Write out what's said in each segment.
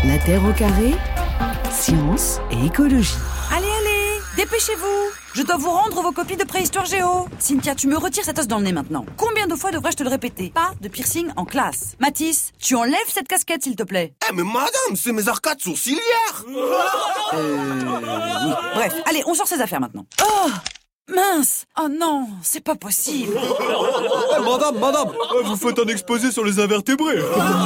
La Terre au carré, science et écologie. Allez, dépêchez-vous. Je dois vous rendre vos copies de préhistoire géo. Cynthia, tu me retires cette os dans le nez maintenant. Combien de fois devrais-je te le répéter? Pas de piercing en classe. Mathis, tu enlèves cette casquette s'il te plaît. Mais madame, c'est mes arcades sourcilières. Oui. Bref, allez, on sort ces affaires maintenant. Oh mince. Oh non, c'est pas possible. Madame, vous faites un exposé sur les invertébrés.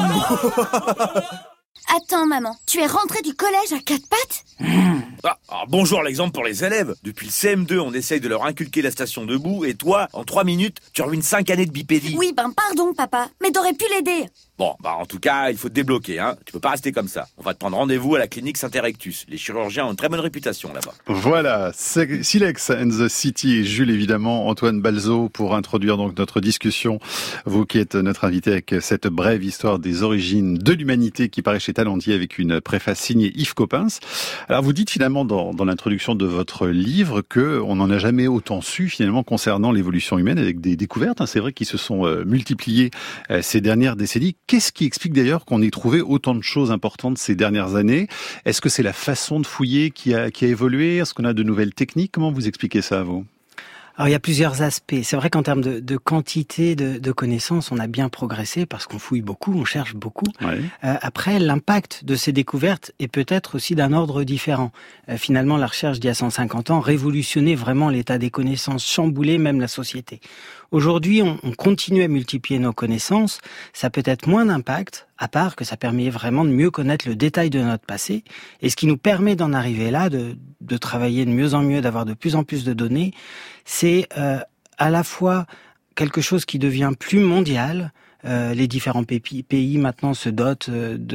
Attends, maman, tu es rentrée du collège à 4 pattes ? Bonjour l'exemple pour les élèves. Depuis le CM2, on essaye de leur inculquer la station debout et toi, en 3 minutes, tu ruines 5 années de bipédie. Oui, pardon, papa, mais t'aurais pu l'aider. Bon, en tout cas, il faut te débloquer, hein. Tu peux pas rester comme ça. On va te prendre rendez-vous à la clinique Saint-Erectus. Les chirurgiens ont une très bonne réputation là-bas. Voilà, Silex and the City et Jules évidemment, Antoine Balzo pour introduire donc notre discussion. Vous qui êtes notre invité avec cette brève histoire des origines de l'humanité qui paraît chez Talendier avec une préface signée Yves Coppens. Alors vous dites finalement dans l'introduction de votre livre que on n'en a jamais autant su finalement concernant l'évolution humaine avec des découvertes, hein, c'est vrai, qui se sont multipliées ces dernières décennies. Qu'est-ce qui explique d'ailleurs qu'on ait trouvé autant de choses importantes ces dernières années? Est-ce que c'est la façon de fouiller qui a évolué? Est-ce qu'on a de nouvelles techniques? Comment vous expliquez ça, vous? Alors il y a plusieurs aspects. C'est vrai qu'en termes de quantité de connaissances, on a bien progressé parce qu'on fouille beaucoup, on cherche beaucoup. Ouais. Après, l'impact de ces découvertes est peut-être aussi d'un ordre différent. Finalement, la recherche d'il y a 150 ans révolutionnait vraiment l'état des connaissances, chamboulait même la société. Aujourd'hui, on continue à multiplier nos connaissances. Ça a peut-être moins d'impact, à part que ça permet vraiment de mieux connaître le détail de notre passé. Et ce qui nous permet d'en arriver là, de travailler de mieux en mieux, d'avoir de plus en plus de données, c'est à la fois quelque chose qui devient plus mondial. Les différents pays maintenant se dotent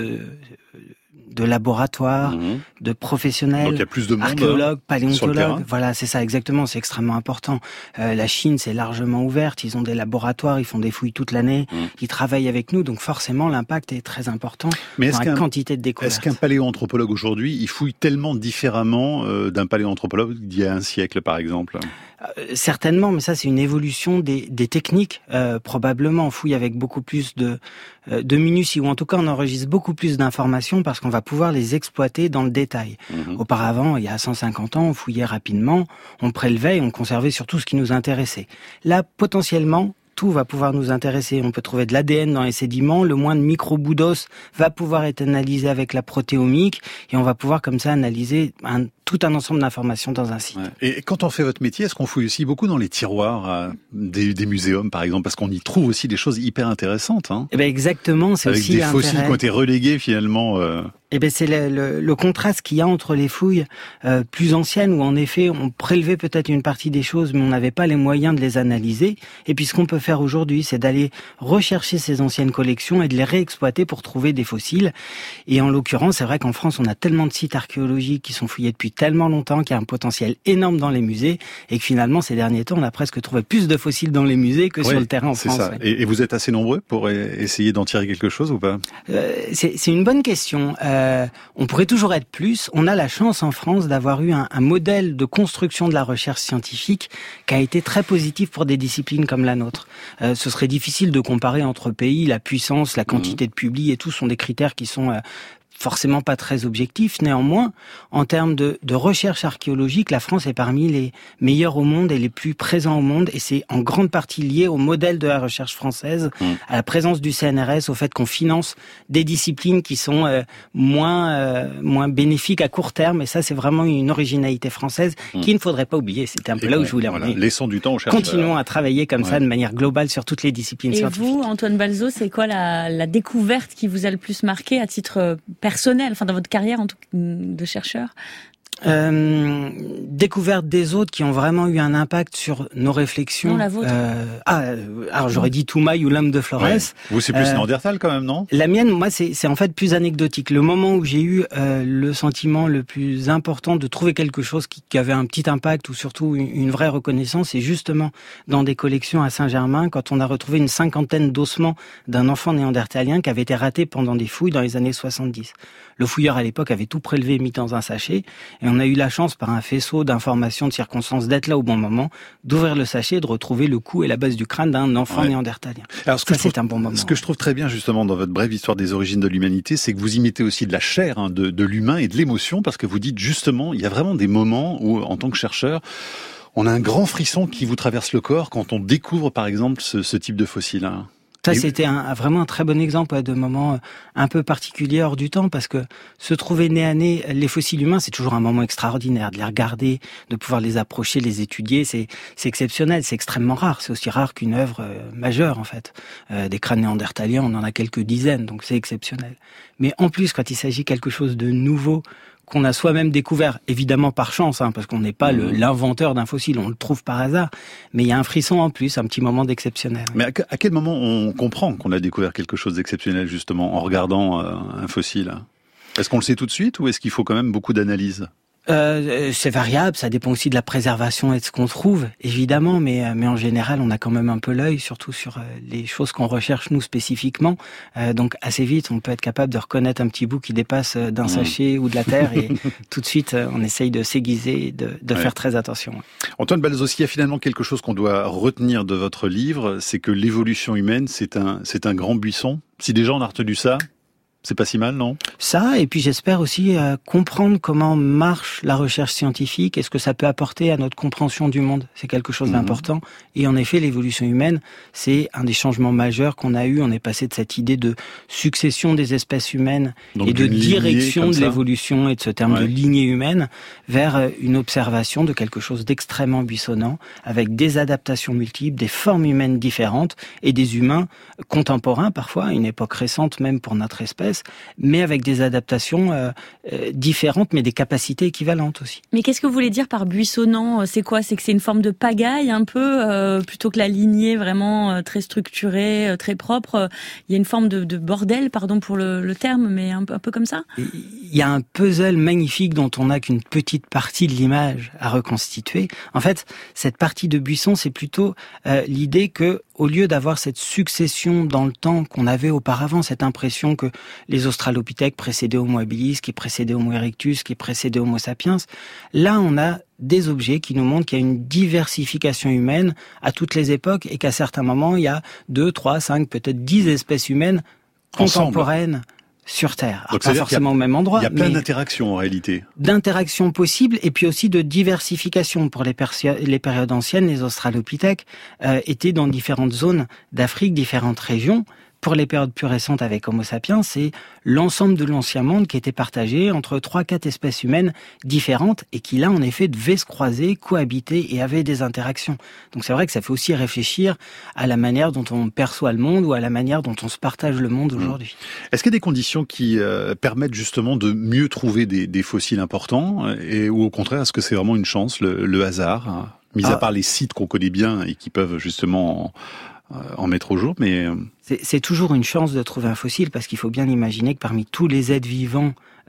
de laboratoires, de professionnels, donc il y a plus de monde, archéologues, paléontologues. Voilà, c'est ça exactement, c'est extrêmement important. La Chine, c'est largement ouverte, ils ont des laboratoires, ils font des fouilles toute l'année, ils travaillent avec nous, donc forcément l'impact est très important. Mais dans la quantité de découvertes. Est-ce qu'un paléoanthropologue aujourd'hui, il fouille tellement différemment d'un paléoanthropologue d'il y a un siècle, par exemple? Certainement, mais ça c'est une évolution des techniques. Probablement, on fouille avec beaucoup plus de minutie, ou en tout cas on enregistre beaucoup plus d'informations parce qu'on va pouvoir les exploiter dans le détail. Auparavant, il y a 150 ans, on fouillait rapidement, on prélevait et on conservait surtout ce qui nous intéressait. Là, potentiellement, tout va pouvoir nous intéresser. On peut trouver de l'ADN dans les sédiments, le moindre micro-bout d'os va pouvoir être analysé avec la protéomique et on va pouvoir comme ça analyser tout un ensemble d'informations dans un site. Ouais. Et quand on fait votre métier, est-ce qu'on fouille aussi beaucoup dans les tiroirs des muséums, par exemple, parce qu'on y trouve aussi des choses hyper intéressantes, hein? Eh ben exactement, c'est avec aussi des fossiles qui ont été relégués finalement. Eh ben c'est le contraste qu'il y a entre les fouilles plus anciennes où en effet on prélevait peut-être une partie des choses, mais on n'avait pas les moyens de les analyser. Et puis ce qu'on peut faire aujourd'hui, c'est d'aller rechercher ces anciennes collections et de les réexploiter pour trouver des fossiles. Et en l'occurrence, c'est vrai qu'en France, on a tellement de sites archéologiques qui sont fouillés depuis tellement longtemps qu'il y a un potentiel énorme dans les musées et que finalement, ces derniers temps, on a presque trouvé plus de fossiles dans les musées que sur le terrain en France. Ça. Ouais. Et vous êtes assez nombreux pour essayer d'en tirer quelque chose ou pas? C'est une bonne question. On pourrait toujours être plus. On a la chance en France d'avoir eu un modèle de construction de la recherche scientifique qui a été très positif pour des disciplines comme la nôtre. Ce serait difficile de comparer entre pays, la puissance, la quantité de publis et tout sont des critères qui sont forcément pas très objectif. Néanmoins, en termes de recherche archéologique, la France est parmi les meilleurs au monde et les plus présents au monde, et c'est en grande partie lié au modèle de la recherche française, à la présence du CNRS, au fait qu'on finance des disciplines qui sont moins bénéfiques à court terme, et ça c'est vraiment une originalité française qu'il ne faudrait pas oublier. C'était un peu là où je voulais en venir. Laissons du temps aux chercheurs. Continuons à travailler comme ça de manière globale sur toutes les disciplines scientifiques. Et vous, Antoine Balzo, c'est quoi la découverte qui vous a le plus marqué à titre personnel, enfin dans votre carrière en tout cas de chercheur? Découverte des autres qui ont vraiment eu un impact sur nos réflexions. Non, la vôtre. Alors j'aurais dit Toumaï ou l'homme de Flores. Ouais. Vous, c'est plus Néandertal quand même, non? La mienne, moi, c'est en fait plus anecdotique. Le moment où j'ai eu le sentiment le plus important de trouver quelque chose qui avait un petit impact ou surtout une vraie reconnaissance, c'est justement dans des collections à Saint-Germain, quand on a retrouvé une 50aine d'ossements d'un enfant néandertalien qui avait été raté pendant des fouilles dans les années 70. Le fouilleur à l'époque avait tout prélevé et mis dans un sachet. Et Et on a eu la chance, par un faisceau d'informations, de circonstances, d'être là au bon moment, d'ouvrir le sachet, de retrouver le cou et la base du crâne d'un enfant néandertalien. Alors, c'est un bon moment. Ce que je trouve très bien, justement, dans votre brève histoire des origines de l'humanité, c'est que vous y mettez aussi de la chair, de l'humain et de l'émotion, parce que vous dites, justement, il y a vraiment des moments où, en tant que chercheur, on a un grand frisson qui vous traverse le corps quand on découvre, par exemple, ce type de fossile. Ça, c'était vraiment un très bon exemple de moment un peu particulier hors du temps, parce que se trouver nez à nez les fossiles humains, c'est toujours un moment extraordinaire. De les regarder, de pouvoir les approcher, les étudier, c'est exceptionnel, c'est extrêmement rare. C'est aussi rare qu'une œuvre majeure, en fait. Des crânes néandertaliens, on en a quelques dizaines, donc c'est exceptionnel. Mais en plus, quand il s'agit de quelque chose de nouveau, qu'on a soi-même découvert, évidemment par chance, parce qu'on n'est pas l'inventeur d'un fossile, on le trouve par hasard, mais il y a un frisson en plus, un petit moment d'exceptionnel. Mais à quel moment on comprend qu'on a découvert quelque chose d'exceptionnel, justement, en regardant un fossile? Est-ce qu'on le sait tout de suite, ou est-ce qu'il faut quand même beaucoup d'analyse? C'est variable, ça dépend aussi de la préservation et de ce qu'on trouve, évidemment, mais en général, on a quand même un peu l'œil, surtout sur les choses qu'on recherche nous spécifiquement. Donc assez vite, on peut être capable de reconnaître un petit bout qui dépasse d'un sachet ou de la terre, et tout de suite, on essaye de s'aiguiser, de faire très attention. Antoine Balzo, il y a finalement quelque chose qu'on doit retenir de votre livre, c'est que l'évolution humaine, c'est un grand buisson. Si déjà on a retenu ça, c'est pas si mal, non? Ça, et puis j'espère aussi comprendre comment marche la recherche scientifique et ce que ça peut apporter à notre compréhension du monde. C'est quelque chose d'important. Et en effet, l'évolution humaine, c'est un des changements majeurs qu'on a eu. On est passé de cette idée de succession des espèces humaines et de direction de l'évolution et de ce terme de lignée humaine vers une observation de quelque chose d'extrêmement buissonnant, avec des adaptations multiples, des formes humaines différentes et des humains contemporains parfois, à une époque récente même pour notre espèce, mais avec des adaptations différentes, mais des capacités équivalentes aussi. Mais qu'est-ce que vous voulez dire par buissonnant? C'est quoi? C'est que c'est une forme de pagaille un peu, plutôt que la lignée vraiment très structurée, très propre. Il y a une forme de bordel, pardon pour le terme, mais un peu comme ça? Il y a un puzzle magnifique dont on n'a qu'une petite partie de l'image à reconstituer. En fait, cette partie de buisson, c'est plutôt l'idée que, au lieu d'avoir cette succession dans le temps qu'on avait auparavant, cette impression que les australopithèques précédaient Homo habilis, qui précédaient Homo erectus, qui précédaient Homo sapiens, là on a des objets qui nous montrent qu'il y a une diversification humaine à toutes les époques, et qu'à certains moments il y a 2, 3, 5, peut-être 10 espèces humaines contemporaines sur Terre. Alors, pas forcément au même endroit. Il y a plein d'interactions en réalité. D'interactions possibles, et puis aussi de diversification. Pour les périodes anciennes, les australopithèques étaient dans différentes zones d'Afrique, différentes régions. Pour les périodes plus récentes avec Homo sapiens, c'est l'ensemble de l'ancien monde qui était partagé entre 3-4 espèces humaines différentes, et qui là, en effet, devaient se croiser, cohabiter et avaient des interactions. Donc c'est vrai que ça fait aussi réfléchir à la manière dont on perçoit le monde, ou à la manière dont on se partage le monde aujourd'hui. Est-ce qu'il y a des conditions qui permettent justement de mieux trouver des fossiles importants, ou au contraire, est-ce que c'est vraiment une chance, le hasard, mis à part les sites qu'on connaît bien et qui peuvent justement en mettre au jour, mais... C'est toujours une chance de trouver un fossile, parce qu'il faut bien imaginer que parmi tous les êtres vivants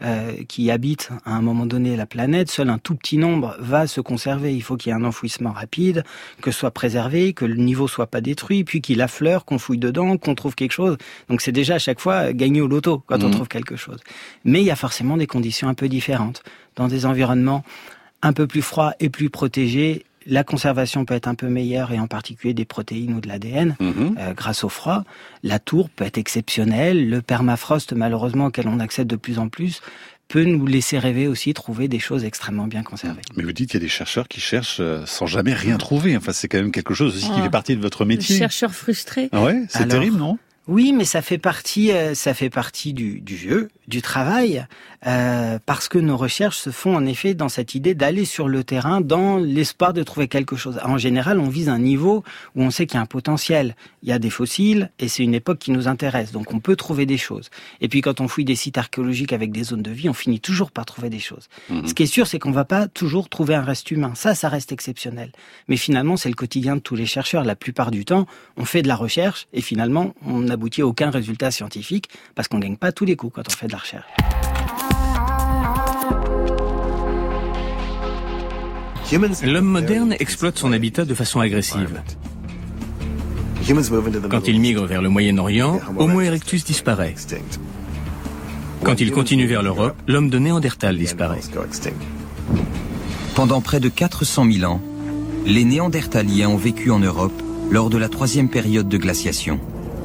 qui habitent à un moment donné la planète, seul un tout petit nombre va se conserver. Il faut qu'il y ait un enfouissement rapide, que ce soit préservé, que le niveau soit pas détruit, puis qu'il affleure, qu'on fouille dedans, qu'on trouve quelque chose. Donc c'est déjà à chaque fois gagner au loto quand on trouve quelque chose. Mais il y a forcément des conditions un peu différentes. Dans des environnements un peu plus froids et plus protégés, la conservation peut être un peu meilleure, et en particulier des protéines ou de l'ADN, grâce au froid. La tourbe peut être exceptionnelle. Le permafrost, malheureusement, auquel on accède de plus en plus, peut nous laisser rêver aussi, trouver des choses extrêmement bien conservées. Mais vous dites qu'il y a des chercheurs qui cherchent sans jamais rien trouver. Enfin, c'est quand même quelque chose aussi qui fait partie de votre métier. Les chercheurs frustrés. Ah ouais, c'est terrible, non? Oui, mais ça fait partie du jeu, du travail, parce que nos recherches se font en effet dans cette idée d'aller sur le terrain dans l'espoir de trouver quelque chose. En général, on vise un niveau où on sait qu'il y a un potentiel. Il y a des fossiles et c'est une époque qui nous intéresse, donc on peut trouver des choses. Et puis quand on fouille des sites archéologiques avec des zones de vie, on finit toujours par trouver des choses. Ce qui est sûr, c'est qu'on va pas toujours trouver un reste humain. Ça reste exceptionnel. Mais finalement, c'est le quotidien de tous les chercheurs. La plupart du temps, on fait de la recherche et finalement, on n'aboutit à aucun résultat scientifique, parce qu'on gagne pas tous les coups quand on fait de la recherche. L'homme moderne exploite son habitat de façon agressive. Quand il migre vers le Moyen-Orient, Homo erectus disparaît. Quand il continue vers l'Europe, l'homme de Néandertal disparaît. Pendant près de 400 000 ans, les Néandertaliens ont vécu en Europe lors de la 3e période de glaciation.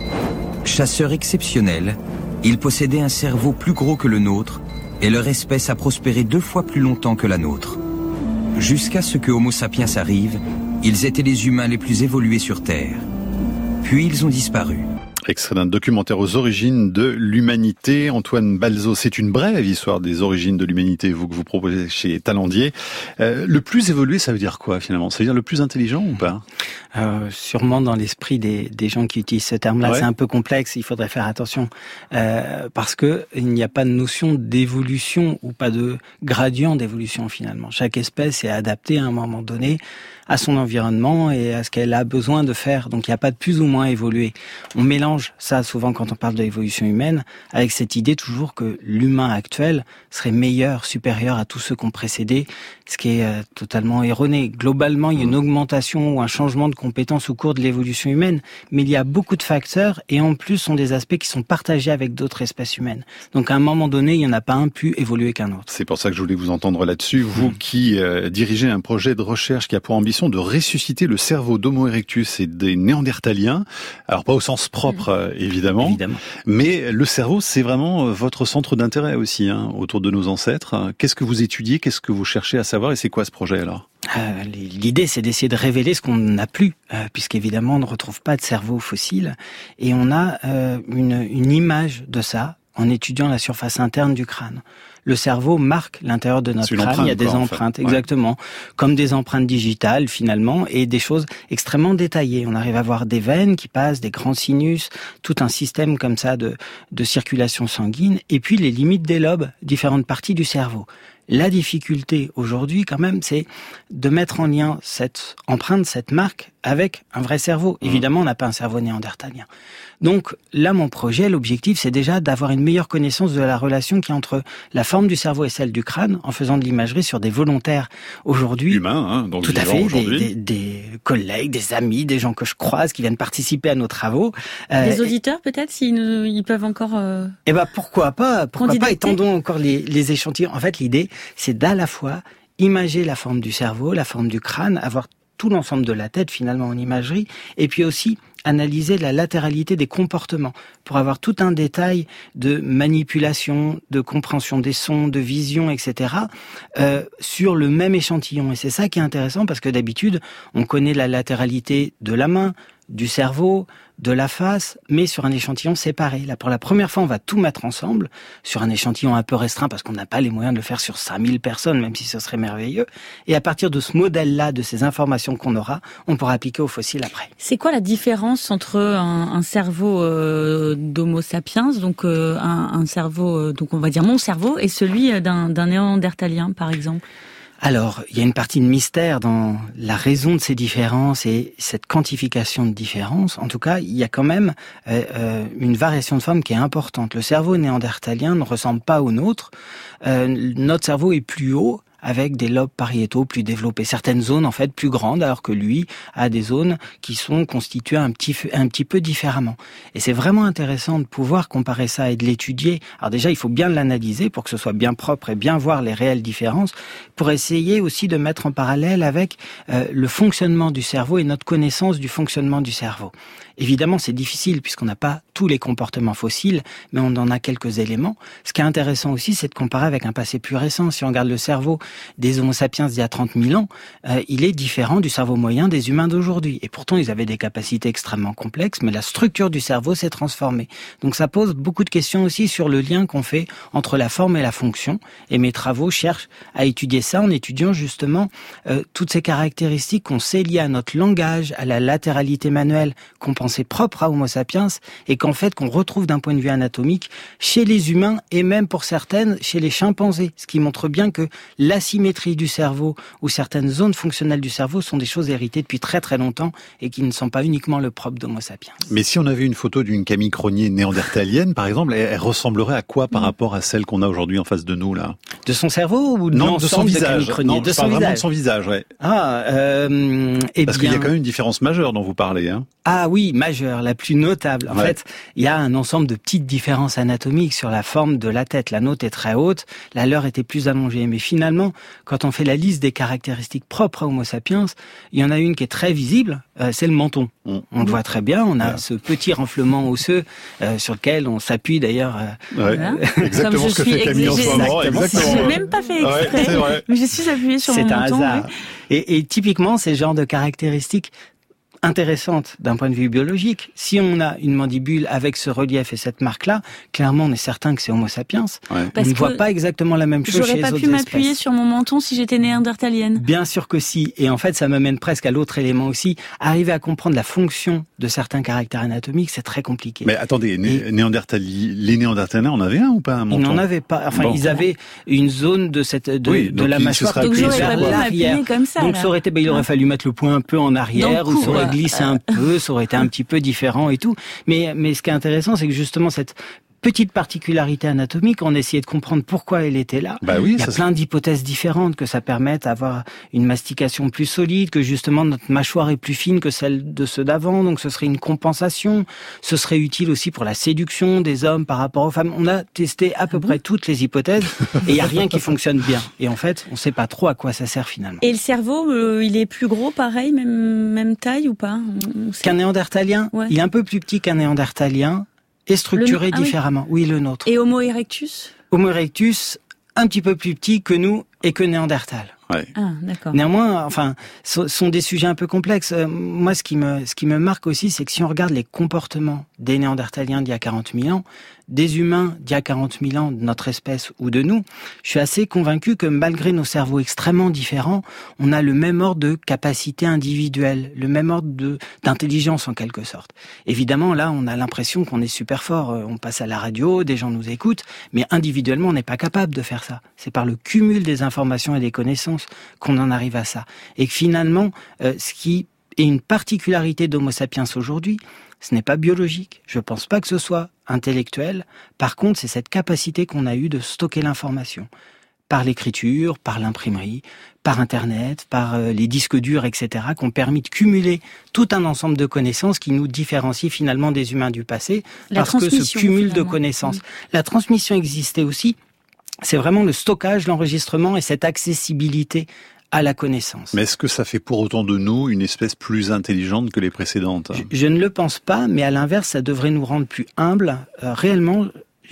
Chasseurs exceptionnels, ils possédaient un cerveau plus gros que le nôtre et leur espèce a prospéré 2 fois plus longtemps que la nôtre. Jusqu'à ce que Homo sapiens arrive, ils étaient les humains les plus évolués sur Terre. Puis ils ont disparu. Extrait d'un documentaire aux origines de l'humanité. Antoine Balzo, c'est une brève histoire des origines de l'humanité, vous que vous proposez chez Talendier. Le plus évolué, ça veut dire quoi finalement? Ça veut dire le plus intelligent ou pas? Sûrement dans l'esprit des gens qui utilisent ce terme-là, c'est un peu complexe, il faudrait faire attention. Parce que il n'y a pas de notion d'évolution ou pas de gradient d'évolution finalement. Chaque espèce est adaptée à un moment donné à son environnement et à ce qu'elle a besoin de faire. Donc il n'y a pas de plus ou moins évolué. On mélange ça souvent quand on parle de l'évolution humaine avec cette idée toujours que l'humain actuel serait meilleur, supérieur à tous ceux qui ont précédé, ce qui est totalement erroné. Globalement, il y a une augmentation ou un changement de compétences au cours de l'évolution humaine, mais il y a beaucoup de facteurs et en plus sont des aspects qui sont partagés avec d'autres espèces humaines. Donc à un moment donné, il n'y en a pas un plus évolué qu'un autre. C'est pour ça que je voulais vous entendre là-dessus. Vous qui dirigez un projet de recherche qui a pour ambition de ressusciter le cerveau d'Homo erectus et des Néandertaliens. Alors pas au sens propre, évidemment. Mais le cerveau, c'est vraiment votre centre d'intérêt aussi, autour de nos ancêtres. Qu'est-ce que vous étudiez? Qu'est-ce que vous cherchez à savoir? Et c'est quoi ce projet alors? L'idée, c'est d'essayer de révéler ce qu'on n'a plus, puisqu'évidemment, on ne retrouve pas de cerveau fossile. Et on a une image de ça en étudiant la surface interne du crâne. Le cerveau marque l'intérieur de notre crâne, il y a des empreintes, exactement, comme des empreintes digitales finalement, et des choses extrêmement détaillées. On arrive à voir des veines qui passent, des grands sinus, tout un système comme ça de circulation sanguine, et puis les limites des lobes, différentes parties du cerveau. La difficulté aujourd'hui, quand même, c'est de mettre en lien cette empreinte, cette marque, avec un vrai cerveau. Évidemment, on n'a pas un cerveau néandertalien. Donc là, mon projet, l'objectif, c'est déjà d'avoir une meilleure connaissance de la relation qu'il y a entre la forme du cerveau et celle du crâne, en faisant de l'imagerie sur des volontaires aujourd'hui. Humains, donc tout à fait, des collègues, des amis, des gens que je croise qui viennent participer à nos travaux. Des auditeurs peut-être, ils peuvent encore... Eh ben pourquoi pas étendons encore les échantillons. En fait, l'idée, c'est d'à la fois imager la forme du cerveau, la forme du crâne, avoir tout l'ensemble de la tête finalement en imagerie, et puis aussi analyser la latéralité des comportements pour avoir tout un détail de manipulation, de compréhension des sons, de vision, etc. Sur le même échantillon. Et c'est ça qui est intéressant parce que d'habitude, on connaît la latéralité de la main, du cerveau, de la face, mais sur un échantillon séparé. Là, pour la première fois, on va tout mettre ensemble sur un échantillon un peu restreint parce qu'on n'a pas les moyens de le faire sur 5000 personnes, même si ce serait merveilleux. Et à partir de ce modèle-là, de ces informations qu'on aura, on pourra appliquer aux fossiles après. C'est quoi la différence entre un cerveau d'Homo sapiens, donc un cerveau, donc on va dire mon cerveau, et celui d'un néandertalien, par exemple? Alors, il y a une partie de mystère dans la raison de ces différences et cette quantification de différences. En tout cas, il y a quand même une variation de forme qui est importante. Le cerveau néandertalien ne ressemble pas au nôtre. Notre cerveau est plus haut, avec des lobes pariétaux plus développés. Certaines zones, en fait, plus grandes, alors que lui a des zones qui sont constituées un petit peu différemment. Et c'est vraiment intéressant de pouvoir comparer ça et de l'étudier. Alors déjà, il faut bien l'analyser pour que ce soit bien propre et bien voir les réelles différences, pour essayer aussi de mettre en parallèle avec le fonctionnement du cerveau et notre connaissance du fonctionnement du cerveau. Évidemment, c'est difficile puisqu'on n'a pas tous les comportements fossiles, mais on en a quelques éléments. Ce qui est intéressant aussi, c'est de comparer avec un passé plus récent. Si on regarde le cerveau des Homo sapiens d'il y a 30 000 ans, il est différent du cerveau moyen des humains d'aujourd'hui. Et pourtant, ils avaient des capacités extrêmement complexes, mais la structure du cerveau s'est transformée. Donc ça pose beaucoup de questions aussi sur le lien qu'on fait entre la forme et la fonction. Et mes travaux cherchent à étudier ça en étudiant justement toutes ces caractéristiques qu'on sait liées à notre langage, à la latéralité manuelle qu'on pensait propre à Homo sapiens et qu'en fait qu'on retrouve d'un point de vue anatomique chez les humains et même pour certaines chez les chimpanzés. Ce qui montre bien que l'asymétrie du cerveau ou certaines zones fonctionnelles du cerveau sont des choses héritées depuis très très longtemps et qui ne sont pas uniquement le propre d'Homo sapiens. Mais si on avait une photo d'une Camille Cronier néandertalienne, par exemple, elle ressemblerait à quoi par rapport à celle qu'on a aujourd'hui en face de nous là? De son cerveau ou de son visage? De son visage. De son visage, ouais. Parce qu'il y a quand même une différence majeure dont vous parlez, hein. Ah oui, majeure, la plus notable. En fait, il y a un ensemble de petites différences anatomiques sur la forme de la tête. La nôtre est très haute, la leur était plus allongée. Mais finalement, quand on fait la liste des caractéristiques propres à Homo sapiens, il y en a une qui est très visible, c'est le menton. On le voit très bien, on a ce petit renflement osseux sur lequel on s'appuie d'ailleurs. Exactement ce que fait Camille en ce moment. Je n'ai même pas fait exprès, mais je suis appuyée sur mon menton. C'est un hasard. Et typiquement, c'est le genre de caractéristiques intéressante d'un point de vue biologique. Si on a une mandibule avec ce relief et cette marque-là, clairement, on est certain que c'est Homo sapiens. On ne voit pas exactement la même chose chez les autres espèces. J'aurais pas pu m'appuyer sur mon menton si j'étais néandertalienne. Bien sûr que si. Et en fait, ça m'amène presque à l'autre élément aussi. Arriver à comprendre la fonction de certains caractères anatomiques, c'est très compliqué. Mais attendez, les Néandertaliens en avaient un ou pas un menton? Ils n'en avaient pas. Enfin, ils avaient une zone de la mâchoire donc j'aurais pas pu m'appuyer comme ça. Donc ça aurait été, il aurait fallu mettre le poing un peu en arrière ou ça aurait glissé un peu, ça aurait été un petit peu différent et tout. Mais ce qui est intéressant, c'est que justement cette petite particularité anatomique, on essayait de comprendre pourquoi elle était là. Il y a plein d'hypothèses différentes, que ça permette d'avoir une mastication plus solide, que justement notre mâchoire est plus fine que celle de ceux d'avant, donc ce serait une compensation. Ce serait utile aussi pour la séduction des hommes par rapport aux femmes. On a testé à peu près toutes les hypothèses et il n'y a rien qui fonctionne bien. Et en fait, on ne sait pas trop à quoi ça sert finalement. Et le cerveau, il est plus gros, pareil, même taille ou pas? Qu'un néandertalien, il est un peu plus petit qu'un néandertalien. Et structuré différemment. Oui, le nôtre. Et Homo erectus? Homo erectus, un petit peu plus petit que nous et que Néandertal. Ah, d'accord. Néanmoins, enfin, ce sont des sujets un peu complexes. Moi, ce qui me marque aussi, c'est que si on regarde les comportements des Néandertaliens d'il y a 40 000 ans, des humains d'il y a 40 000 ans, de notre espèce ou de nous, je suis assez convaincu que malgré nos cerveaux extrêmement différents, on a le même ordre de capacité individuelle, le même ordre d'intelligence en quelque sorte. Évidemment, là, on a l'impression qu'on est super fort. On passe à la radio, des gens nous écoutent, mais individuellement, on n'est pas capable de faire ça. C'est par le cumul des informations et des connaissances qu'on en arrive à ça. Et que finalement, ce qui est une particularité d'Homo sapiens aujourd'hui, ce n'est pas biologique. Je ne pense pas que ce soit intellectuel. Par contre, c'est cette capacité qu'on a eue de stocker l'information. Par l'écriture, par l'imprimerie, par Internet, par les disques durs, etc., qui ont permis de cumuler tout un ensemble de connaissances qui nous différencient finalement des humains du passé. Parce que ce cumul de connaissances. La transmission existait aussi. C'est vraiment le stockage, l'enregistrement et cette accessibilité à la connaissance. Mais est-ce que ça fait pour autant de nous une espèce plus intelligente que les précédentes? Je ne le pense pas, mais à l'inverse, ça devrait nous rendre plus humbles. Réellement,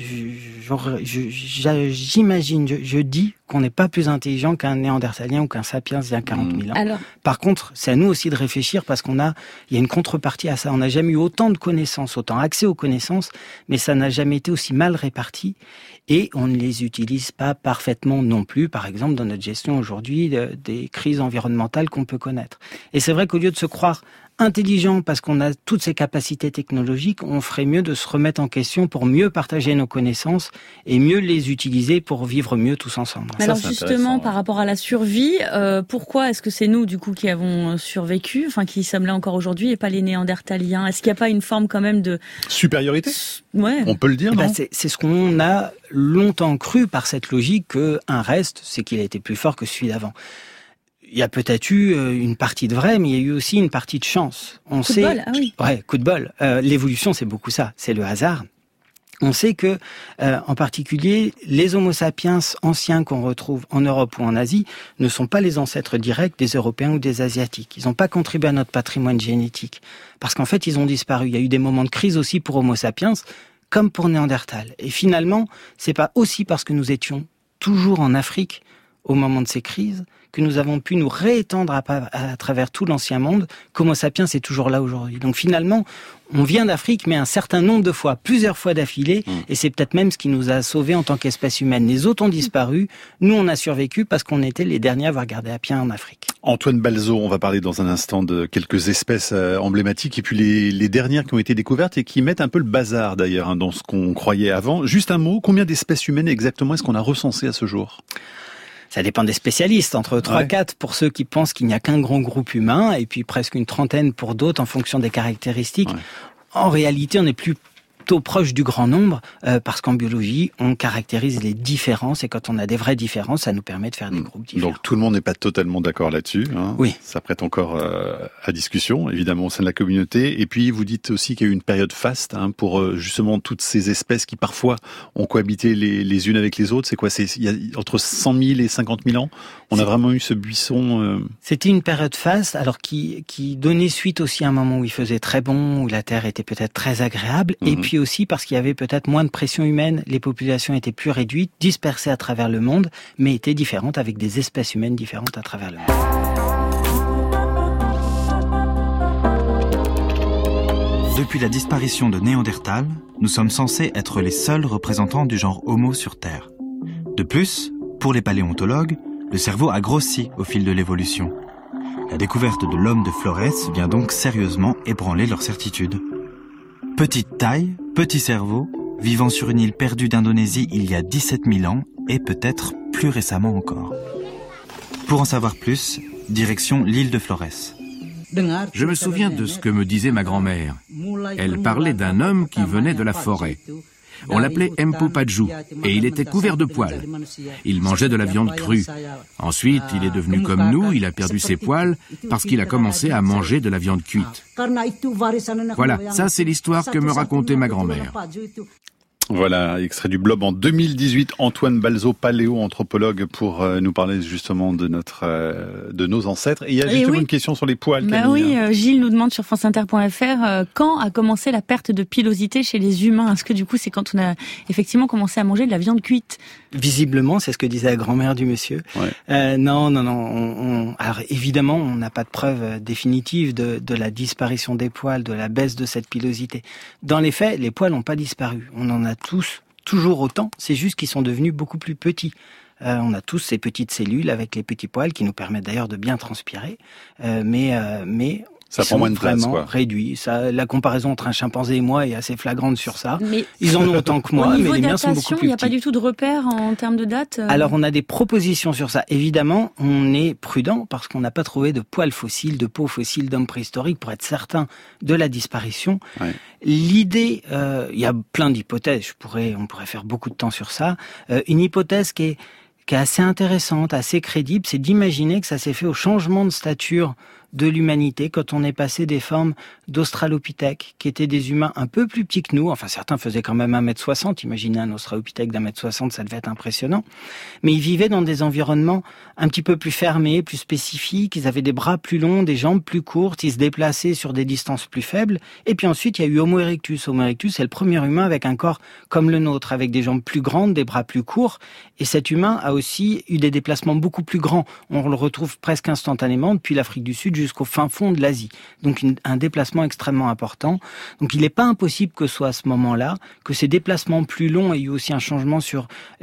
j'imagine, je dis qu'on n'est pas plus intelligent qu'un néandertalien ou qu'un sapiens il y a 40 000 ans. Alors, par contre, c'est à nous aussi de réfléchir parce il y a une contrepartie à ça. On n'a jamais eu autant de connaissances, autant accès aux connaissances, mais ça n'a jamais été aussi mal réparti et on ne les utilise pas parfaitement non plus, par exemple, dans notre gestion aujourd'hui des crises environnementales qu'on peut connaître. Et c'est vrai qu'au lieu de se croire intelligent parce qu'on a toutes ces capacités technologiques, on ferait mieux de se remettre en question pour mieux partager nos connaissances et mieux les utiliser pour vivre mieux tous ensemble. Mais alors justement, par rapport à la survie, pourquoi est-ce que c'est nous du coup qui avons survécu, enfin qui sommes là encore aujourd'hui et pas les Néandertaliens? Est-ce qu'il n'y a pas une forme quand même de supériorité? Ouais. On peut le dire, non? C'est ce qu'on a longtemps cru par cette logique qu'un reste, c'est qu'il a été plus fort que celui d'avant. Il y a peut-être eu une partie de vrai, mais il y a eu aussi une partie de chance. Coup de bol, ah oui. Ouais, coup de bol. L'évolution, c'est beaucoup ça, c'est le hasard. On sait que, en particulier, les Homo sapiens anciens qu'on retrouve en Europe ou en Asie ne sont pas les ancêtres directs des Européens ou des Asiatiques. Ils n'ont pas contribué à notre patrimoine génétique. Parce qu'en fait, ils ont disparu. Il y a eu des moments de crise aussi pour Homo sapiens, comme pour Néandertal. Et finalement, c'est pas aussi parce que nous étions toujours en Afrique au moment de ces crises que nous avons pu nous réétendre à travers tout l'ancien monde, qu'Homo sapiens est toujours là aujourd'hui. Donc finalement, on vient d'Afrique, mais un certain nombre de fois, plusieurs fois d'affilée, et c'est peut-être même ce qui nous a sauvés en tant qu'espèce humaine. Les autres ont disparu, nous on a survécu parce qu'on était les derniers à avoir gardé à pied en Afrique. Antoine Balzo, on va parler dans un instant de quelques espèces emblématiques, et puis les dernières qui ont été découvertes et qui mettent un peu le bazar d'ailleurs dans ce qu'on croyait avant. Juste un mot, combien d'espèces humaines exactement est-ce qu'on a recensé à ce jour ? Ça dépend des spécialistes, entre 3-4 pour ceux qui pensent qu'il n'y a qu'un grand groupe humain, et puis presque une trentaine pour d'autres en fonction des caractéristiques. Ouais. En réalité, on est plus plutôt proche du grand nombre, parce qu'en biologie, on caractérise les différences, et quand on a des vraies différences, ça nous permet de faire des groupes différents. Donc tout le monde n'est pas totalement d'accord là-dessus. Hein. Oui. Ça prête encore à discussion, évidemment, au sein de la communauté. Et puis, vous dites aussi qu'il y a eu une période faste pour justement toutes ces espèces qui parfois ont cohabité les unes avec les autres. C'est quoi? Il y a entre 100 000 et 50 000 ans, on a vraiment eu ce buisson... C'était une période faste, alors qui donnait suite aussi à un moment où il faisait très bon, où la Terre était peut-être très agréable, et puis aussi parce qu'il y avait peut-être moins de pression humaine, les populations étaient plus réduites, dispersées à travers le monde, mais étaient différentes, avec des espèces humaines différentes à travers le monde. Depuis la disparition de Néandertal, nous sommes censés être les seuls représentants du genre Homo sur Terre. De plus, pour les paléontologues, le cerveau a grossi au fil de l'évolution. La découverte de l'homme de Flores vient donc sérieusement ébranler leurs certitudes. Petite taille, petit cerveau, vivant sur une île perdue d'Indonésie il y a 17 000 ans et peut-être plus récemment encore. Pour en savoir plus, direction l'île de Flores. Je me souviens de ce que me disait ma grand-mère. Elle parlait d'un homme qui venait de la forêt. On l'appelait Empu Paju et il était couvert de poils. Il mangeait de la viande crue. Ensuite, il est devenu comme nous, il a perdu ses poils parce qu'il a commencé à manger de la viande cuite. Voilà, ça c'est l'histoire que me racontait ma grand-mère. Voilà, extrait du Blob en 2018, Antoine Balzo, paléo-anthropologue, pour nous parler justement de nos ancêtres. Et il y a justement une question sur les poils. Gilles nous demande sur franceinter.fr quand a commencé la perte de pilosité chez les humains. Est-ce que du coup c'est quand on a effectivement commencé à manger de la viande cuite? Visiblement, c'est ce que disait la grand-mère du monsieur. Ouais. Non. Alors évidemment, on n'a pas de preuve définitive de la disparition des poils, de la baisse de cette pilosité. Dans les faits, les poils n'ont pas disparu. On en a tous, toujours autant, c'est juste qu'ils sont devenus beaucoup plus petits. On a tous ces petites cellules avec les petits poils qui nous permettent d'ailleurs de bien transpirer, mais ça prend moins de place, vraiment réduits. La comparaison entre un chimpanzé et moi est assez flagrante sur ça. Mais ils en ont autant que moi, mais les miens sont beaucoup plus petits. Il n'y a pas du tout de repère en termes de date. Alors on a des propositions sur ça. Évidemment, on est prudent parce qu'on n'a pas trouvé de poils fossiles, de peaux fossiles d'hommes préhistoriques pour être certain de la disparition. Ouais. L'idée, il y a plein d'hypothèses. On pourrait faire beaucoup de temps sur ça. Une hypothèse qui est assez intéressante, assez crédible, c'est d'imaginer que ça s'est fait au changement de stature de l'humanité quand on est passé des formes d'australopithèques, qui étaient des humains un peu plus petits que nous. Enfin, certains faisaient quand même 1m60. Imaginez un australopithèque d'1m60, ça devait être impressionnant. Mais ils vivaient dans des environnements un petit peu plus fermés, plus spécifiques. Ils avaient des bras plus longs, des jambes plus courtes. Ils se déplaçaient sur des distances plus faibles. Et puis ensuite, il y a eu Homo erectus. Homo erectus, c'est le premier humain avec un corps comme le nôtre, avec des jambes plus grandes, des bras plus courts. Et cet humain a aussi eu des déplacements beaucoup plus grands. On le retrouve presque instantanément depuis l'Afrique du Sud jusqu'au fin fond de l'Asie. Donc un déplacement extrêmement important. Donc il n'est pas impossible que ce soit à ce moment-là, que ces déplacements plus longs aient eu aussi un changement sur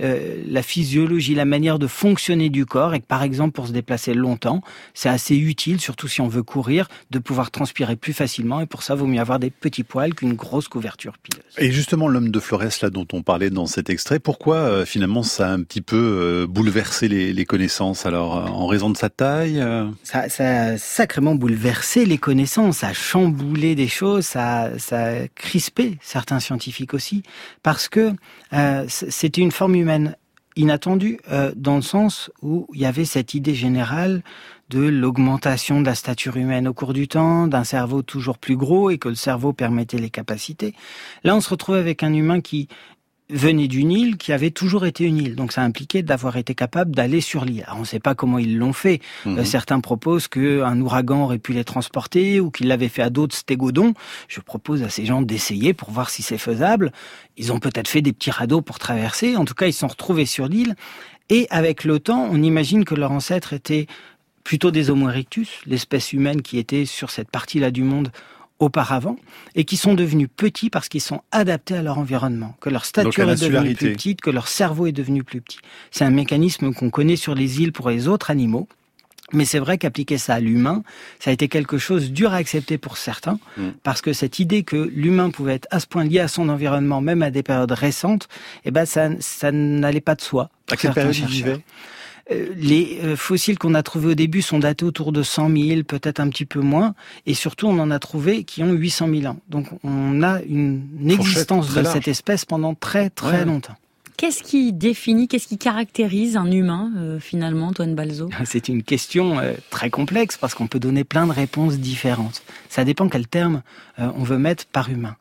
la physiologie, la manière de fonctionner du corps, et que par exemple pour se déplacer longtemps, c'est assez utile, surtout si on veut courir, de pouvoir transpirer plus facilement, et pour ça, il vaut mieux avoir des petits poils qu'une grosse couverture pileuse. Et justement, l'homme de Flores, là, dont on parlait dans cet extrait, pourquoi finalement ça a un petit peu bouleversé les connaissances? Alors, en raison de sa taille Ça a sacrément bouleversé les connaissances, ça a chamboulé des choses, ça a crispé certains scientifiques aussi, parce que c'était une forme humaine inattendue, dans le sens où il y avait cette idée générale de l'augmentation de la stature humaine au cours du temps, d'un cerveau toujours plus gros, et que le cerveau permettait les capacités. Là, on se retrouve avec un humain qui venait d'une île qui avait toujours été une île. Donc ça impliquait d'avoir été capable d'aller sur l'île. Alors on ne sait pas comment ils l'ont fait. Certains proposent qu'un ouragan aurait pu les transporter ou qu'ils l'avaient fait à d'autres stégodons. Je propose à ces gens d'essayer pour voir si c'est faisable. Ils ont peut-être fait des petits radeaux pour traverser. En tout cas, ils se sont retrouvés sur l'île. Et avec le temps, on imagine que leurs ancêtres étaient plutôt des Homo erectus, l'espèce humaine qui était sur cette partie-là du monde auparavant, et qui sont devenus petits parce qu'ils sont adaptés à leur environnement, que leur stature est devenue plus petite, que leur cerveau est devenu plus petit. C'est un mécanisme qu'on connaît sur les îles pour les autres animaux, mais c'est vrai qu'appliquer ça à l'humain, ça a été quelque chose dur à accepter pour certains, parce que cette idée que l'humain pouvait être à ce point lié à son environnement, même à des périodes récentes, ça n'allait pas de soi. À quelle période il vivait ? Les fossiles qu'on a trouvés au début sont datés autour de 100 000, peut-être un petit peu moins, et surtout on en a trouvé qui ont 800 000 ans. Donc on a une existence de cette espèce pendant très longtemps. Qu'est-ce qui définit, qu'est-ce qui caractérise un humain, finalement, Antoine Balzo ? C'est une question très complexe parce qu'on peut donner plein de réponses différentes. Ça dépend quel terme on veut mettre par humain.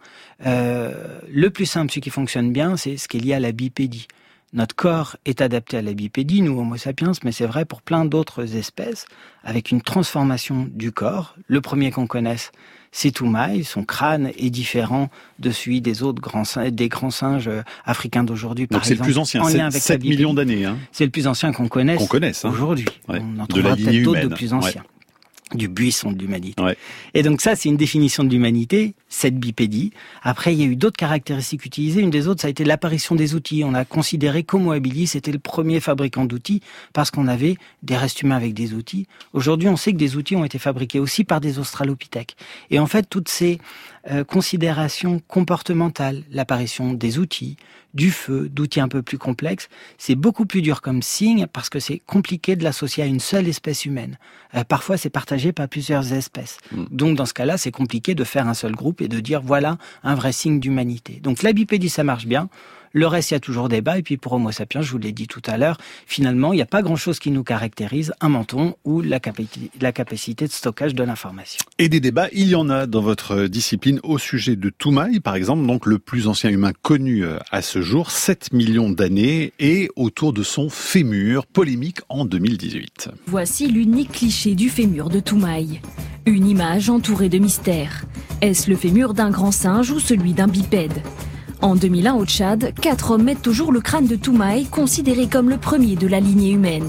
Le plus simple, ce qui fonctionne bien, c'est ce qui est lié à la bipédie. Notre corps est adapté à la bipédie, nous Homo sapiens, mais c'est vrai pour plein d'autres espèces, avec une transformation du corps. Le premier qu'on connaisse, c'est Toumaï. Son crâne est différent de celui des autres grands singes africains d'aujourd'hui, par exemple. Donc c'est le plus ancien, 7 millions d'années. Hein. C'est le plus ancien qu'on connaisse aujourd'hui. Ouais. On en trouvera peut-être d'autres de plus anciens. Ouais. Du buisson de l'humanité. Ouais. Et donc ça, c'est une définition de l'humanité, cette bipédie. Après, il y a eu d'autres caractéristiques utilisées. Une des autres, ça a été l'apparition des outils. On a considéré qu'Homo habilis était le premier fabricant d'outils parce qu'on avait des restes humains avec des outils. Aujourd'hui, on sait que des outils ont été fabriqués aussi par des australopithèques. Et en fait, toutes ces considérations comportementales, l'apparition des outils, du feu, d'outils un peu plus complexes, c'est beaucoup plus dur comme signe parce que c'est compliqué de l'associer à une seule espèce humaine. Parfois, c'est partagé par plusieurs espèces. Donc, dans ce cas-là, c'est compliqué de faire un seul groupe et de dire, voilà, un vrai signe d'humanité. Donc, la bipédie, ça marche bien. Le reste, il y a toujours débat. Et puis, pour Homo sapiens, je vous l'ai dit tout à l'heure, finalement, il n'y a pas grand-chose qui nous caractérise, un menton ou la capacité de stockage de l'information. Et des débats, il y en a dans votre discipline au sujet de Toumaï, par exemple, donc le plus ancien humain connu à ce jour, 7 millions d'années, et autour de son fémur, polémique en 2018. Voici l'unique cliché du fémur de Toumaï. Une image entourée de mystères. Est-ce le fémur d'un grand singe ou celui d'un bipède ? En 2001 au Tchad, 4 hommes mettent au jour le crâne de Toumaï, considéré comme le premier de la lignée humaine.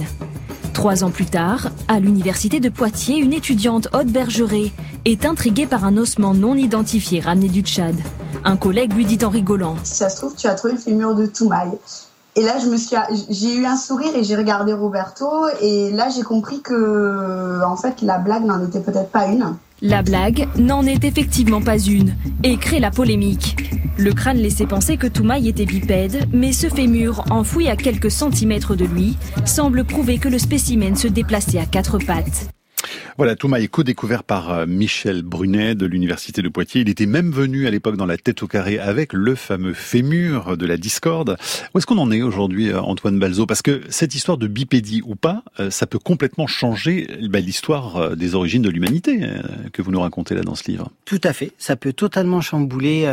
3 ans plus tard, à l'université de Poitiers, une étudiante Aude Bergeret est intriguée par un ossement non identifié ramené du Tchad. Un collègue lui dit en rigolant « Si ça se trouve, tu as trouvé le fémur de Toumaï ». Et là, j'ai eu un sourire et j'ai regardé Roberto et là, j'ai compris que, en fait, la blague n'en était peut-être pas une. La blague n'en est effectivement pas une et crée la polémique. Le crâne laissait penser que Toumaï était bipède, mais ce fémur, enfoui à quelques centimètres de lui, semble prouver que le spécimen se déplaçait à 4 pattes. Voilà, Toumaï est co-découvert par Michel Brunet de l'Université de Poitiers. Il était même venu à l'époque dans la tête au carré avec le fameux fémur de la discorde. Où est-ce qu'on en est aujourd'hui, Antoine Balzo ? Parce que cette histoire de bipédie ou pas, ça peut complètement changer l'histoire des origines de l'humanité que vous nous racontez là dans ce livre. Tout à fait. Ça peut totalement chambouler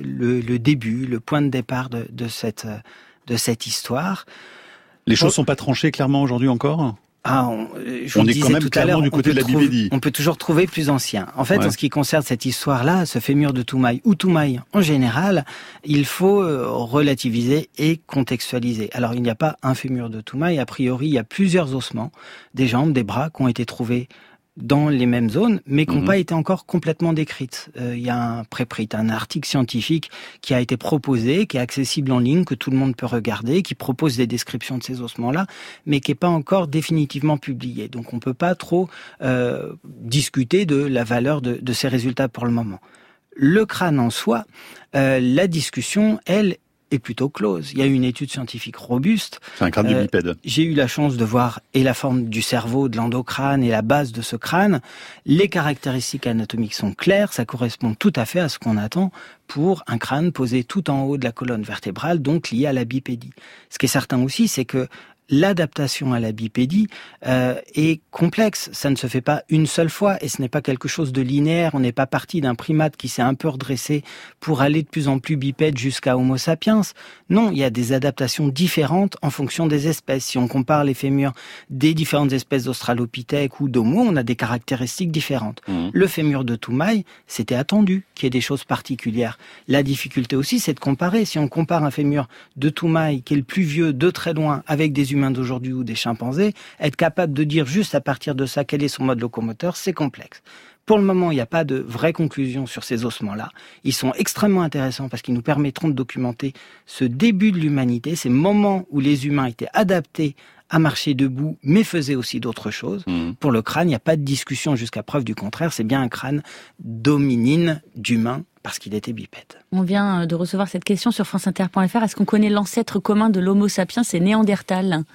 le début, le point de départ de cette histoire. Les choses sont pas tranchées clairement aujourd'hui encore ? On est quand même clairement du côté de la bipédie. On peut toujours trouver plus ancien. En fait, en ce qui concerne cette histoire-là, ce fémur de Toumaï ou Toumaï en général, il faut relativiser et contextualiser. Alors, il n'y a pas un fémur de Toumaï. A priori, il y a plusieurs ossements, des jambes, des bras qui ont été trouvés dans les mêmes zones, mais qui n'ont pas été encore complètement décrites. Il y a un préprint, un article scientifique qui a été proposé, qui est accessible en ligne, que tout le monde peut regarder, qui propose des descriptions de ces ossements-là, mais qui n'est pas encore définitivement publié. Donc on ne peut pas trop discuter de la valeur de ces résultats pour le moment. Le crâne en soi, la discussion, elle, est plutôt close. Il y a eu une étude scientifique robuste. C'est un crâne de bipède. J'ai eu la chance de voir et la forme du cerveau, de l'endocrâne et la base de ce crâne. Les caractéristiques anatomiques sont claires, ça correspond tout à fait à ce qu'on attend pour un crâne posé tout en haut de la colonne vertébrale, donc lié à la bipédie. Ce qui est certain aussi, c'est que l'adaptation à la bipédie est complexe. Ça ne se fait pas une seule fois et ce n'est pas quelque chose de linéaire. On n'est pas parti d'un primate qui s'est un peu redressé pour aller de plus en plus bipède jusqu'à Homo sapiens. Non, il y a des adaptations différentes en fonction des espèces. Si on compare les fémurs des différentes espèces d'Australopithèques ou d'Homo, on a des caractéristiques différentes. Le fémur de Toumaï, c'était attendu qu'il y ait des choses particulières. La difficulté aussi, c'est de comparer. Si on compare un fémur de Toumaï, qui est le plus vieux de très loin, avec des humains d'aujourd'hui ou des chimpanzés, être capable de dire juste à partir de ça quel est son mode locomoteur, c'est complexe. Pour le moment, il n'y a pas de vraie conclusion sur ces ossements-là. Ils sont extrêmement intéressants parce qu'ils nous permettront de documenter ce début de l'humanité, ces moments où les humains étaient adaptés à marcher debout, mais faisaient aussi d'autres choses. Pour le crâne, il n'y a pas de discussion jusqu'à preuve du contraire. C'est bien un crâne d'hominine, d'humain, parce qu'il était bipède. On vient de recevoir cette question sur franceinter.fr. Est-ce qu'on connaît l'ancêtre commun de l'Homo sapiens, c'est Néandertal ?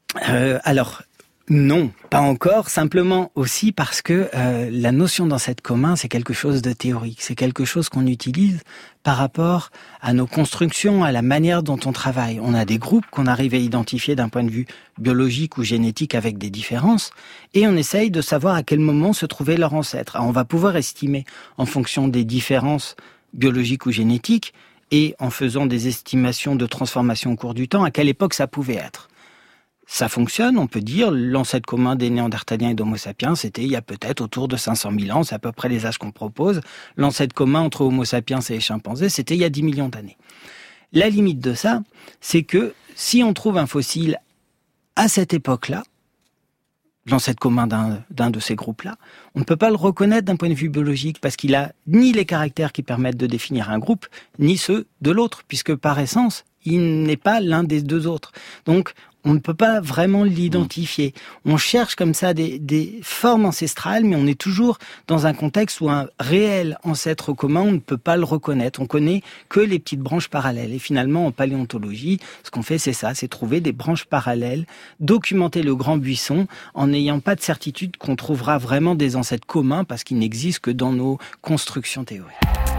Alors, non, pas encore, simplement aussi parce que la notion d'ancêtre commun, c'est quelque chose de théorique, c'est quelque chose qu'on utilise par rapport à nos constructions, à la manière dont on travaille. On a des groupes qu'on arrive à identifier d'un point de vue biologique ou génétique avec des différences, et on essaye de savoir à quel moment se trouvait leur ancêtre. Alors, on va pouvoir estimer en fonction des différences biologiques ou génétiques, et en faisant des estimations de transformation au cours du temps, à quelle époque ça pouvait être. Ça fonctionne, on peut dire, l'ancêtre commun des Néandertaliens et d'Homo sapiens, c'était il y a peut-être autour de 500 000 ans, c'est à peu près les âges qu'on propose. L'ancêtre commun entre Homo sapiens et les chimpanzés, c'était il y a 10 millions d'années. La limite de ça, c'est que si on trouve un fossile à cette époque-là, l'ancêtre commun d'un de ces groupes-là, on ne peut pas le reconnaître d'un point de vue biologique parce qu'il a ni les caractères qui permettent de définir un groupe, ni ceux de l'autre, puisque par essence, il n'est pas l'un des deux autres. Donc, on ne peut pas vraiment l'identifier. On cherche comme ça des formes ancestrales, mais on est toujours dans un contexte où un réel ancêtre commun, on ne peut pas le reconnaître. On connaît que les petites branches parallèles. Et finalement, en paléontologie, ce qu'on fait, c'est ça, c'est trouver des branches parallèles, documenter le grand buisson, en n'ayant pas de certitude qu'on trouvera vraiment des ancêtres communs, parce qu'ils n'existent que dans nos constructions théoriques.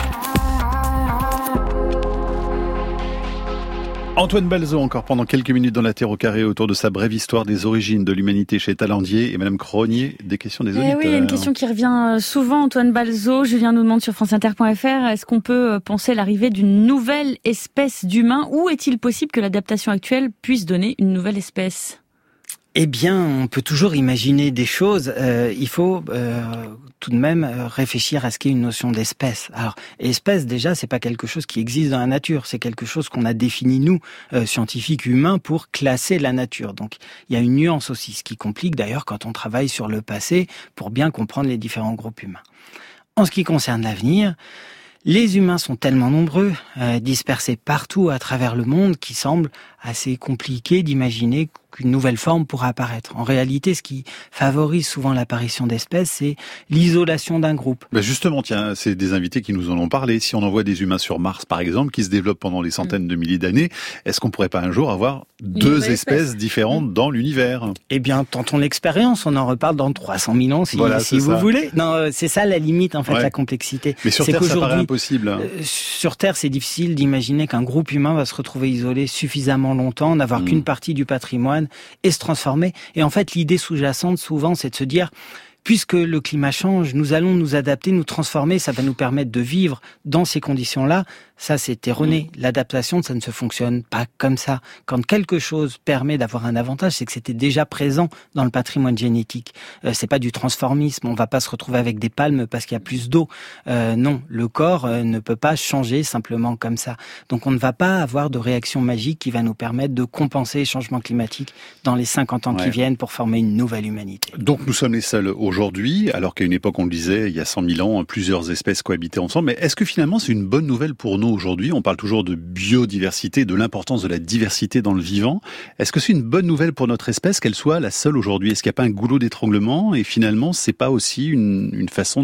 Antoine Balzo, encore pendant quelques minutes dans la Terre au carré, autour de sa brève histoire des origines de l'humanité chez Talandier, et Madame Cronier, des questions des auditeurs. Oui, il y a une question qui revient souvent, Antoine Balzo. Julien nous demande sur franceinter.fr, est-ce qu'on peut penser l'arrivée d'une nouvelle espèce d'humains, ou est-il possible que l'adaptation actuelle puisse donner une nouvelle espèce ? Eh bien, on peut toujours imaginer des choses. Il faut tout de même réfléchir à ce qu'est une notion d'espèce. Alors, espèce, déjà, c'est pas quelque chose qui existe dans la nature. C'est quelque chose qu'on a défini, nous, scientifiques humains, pour classer la nature. Donc, il y a une nuance aussi, ce qui complique d'ailleurs quand on travaille sur le passé pour bien comprendre les différents groupes humains. En ce qui concerne l'avenir, les humains sont tellement nombreux, dispersés partout à travers le monde, qu'il semble assez compliqué d'imaginer qu'une nouvelle forme pourra apparaître. En réalité, ce qui favorise souvent l'apparition d'espèces, c'est l'isolation d'un groupe. Ben justement, tiens, c'est des invités qui nous en ont parlé. Si on envoie des humains sur Mars, par exemple, qui se développent pendant les centaines de milliers d'années, est-ce qu'on pourrait pas un jour avoir deux espèces différentes dans l'univers ? Eh bien, tentons l'expérience. On en reparle dans 300 000 ans, si vous voulez. Non, c'est ça la limite, en fait, la complexité. Mais sur Terre, ça paraît impossible. Sur Terre, c'est difficile d'imaginer qu'un groupe humain va se retrouver isolé suffisamment longtemps, n'avoir qu'une partie du patrimoine et se transformer. Et en fait, l'idée sous-jacente, souvent, c'est de se dire, puisque le climat change, nous allons nous adapter, nous transformer, ça va nous permettre de vivre dans ces conditions-là. Ça, c'est erroné. L'adaptation, ça ne se fonctionne pas comme ça. Quand quelque chose permet d'avoir un avantage, c'est que c'était déjà présent dans le patrimoine génétique. C'est pas du transformisme. On va pas se retrouver avec des palmes parce qu'il y a plus d'eau. Non, le corps ne peut pas changer simplement comme ça. Donc, on ne va pas avoir de réaction magique qui va nous permettre de compenser les changements climatiques dans les 50 ans qui viennent pour former une nouvelle humanité. Donc, nous sommes les seuls aujourd'hui, alors qu'à une époque, on le disait, il y a 100 000 ans, plusieurs espèces cohabitaient ensemble. Mais est-ce que finalement, c'est une bonne nouvelle pour nous aujourd'hui? On parle toujours de biodiversité, de l'importance de la diversité dans le vivant. Est-ce que c'est une bonne nouvelle pour notre espèce qu'elle soit la seule aujourd'hui? Est-ce qu'il n'y a pas un goulot d'étranglement? Et finalement, c'est pas aussi une façon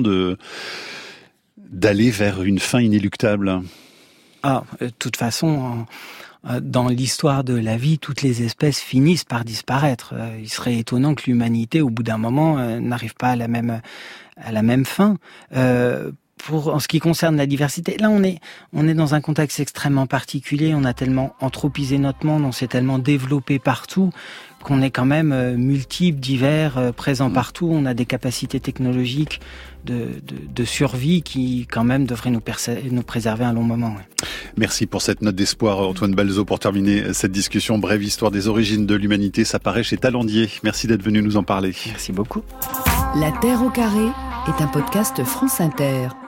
d'aller vers une fin inéluctable? De toute façon, dans l'histoire de la vie, toutes les espèces finissent par disparaître. Il serait étonnant que l'humanité, au bout d'un moment, n'arrive pas à la même fin. En ce qui concerne la diversité, là on est dans un contexte extrêmement particulier, on a tellement anthropisé notre monde, on s'est tellement développé partout qu'on est quand même multiples, divers, présents partout, on a des capacités technologiques de survie qui quand même devraient nous préserver un long moment. Merci pour cette note d'espoir, Antoine Balzo, pour terminer cette discussion. Brève histoire des origines de l'humanité, ça paraît chez Talandier. Merci d'être venu nous en parler. Merci beaucoup. La Terre au carré est un podcast France Inter.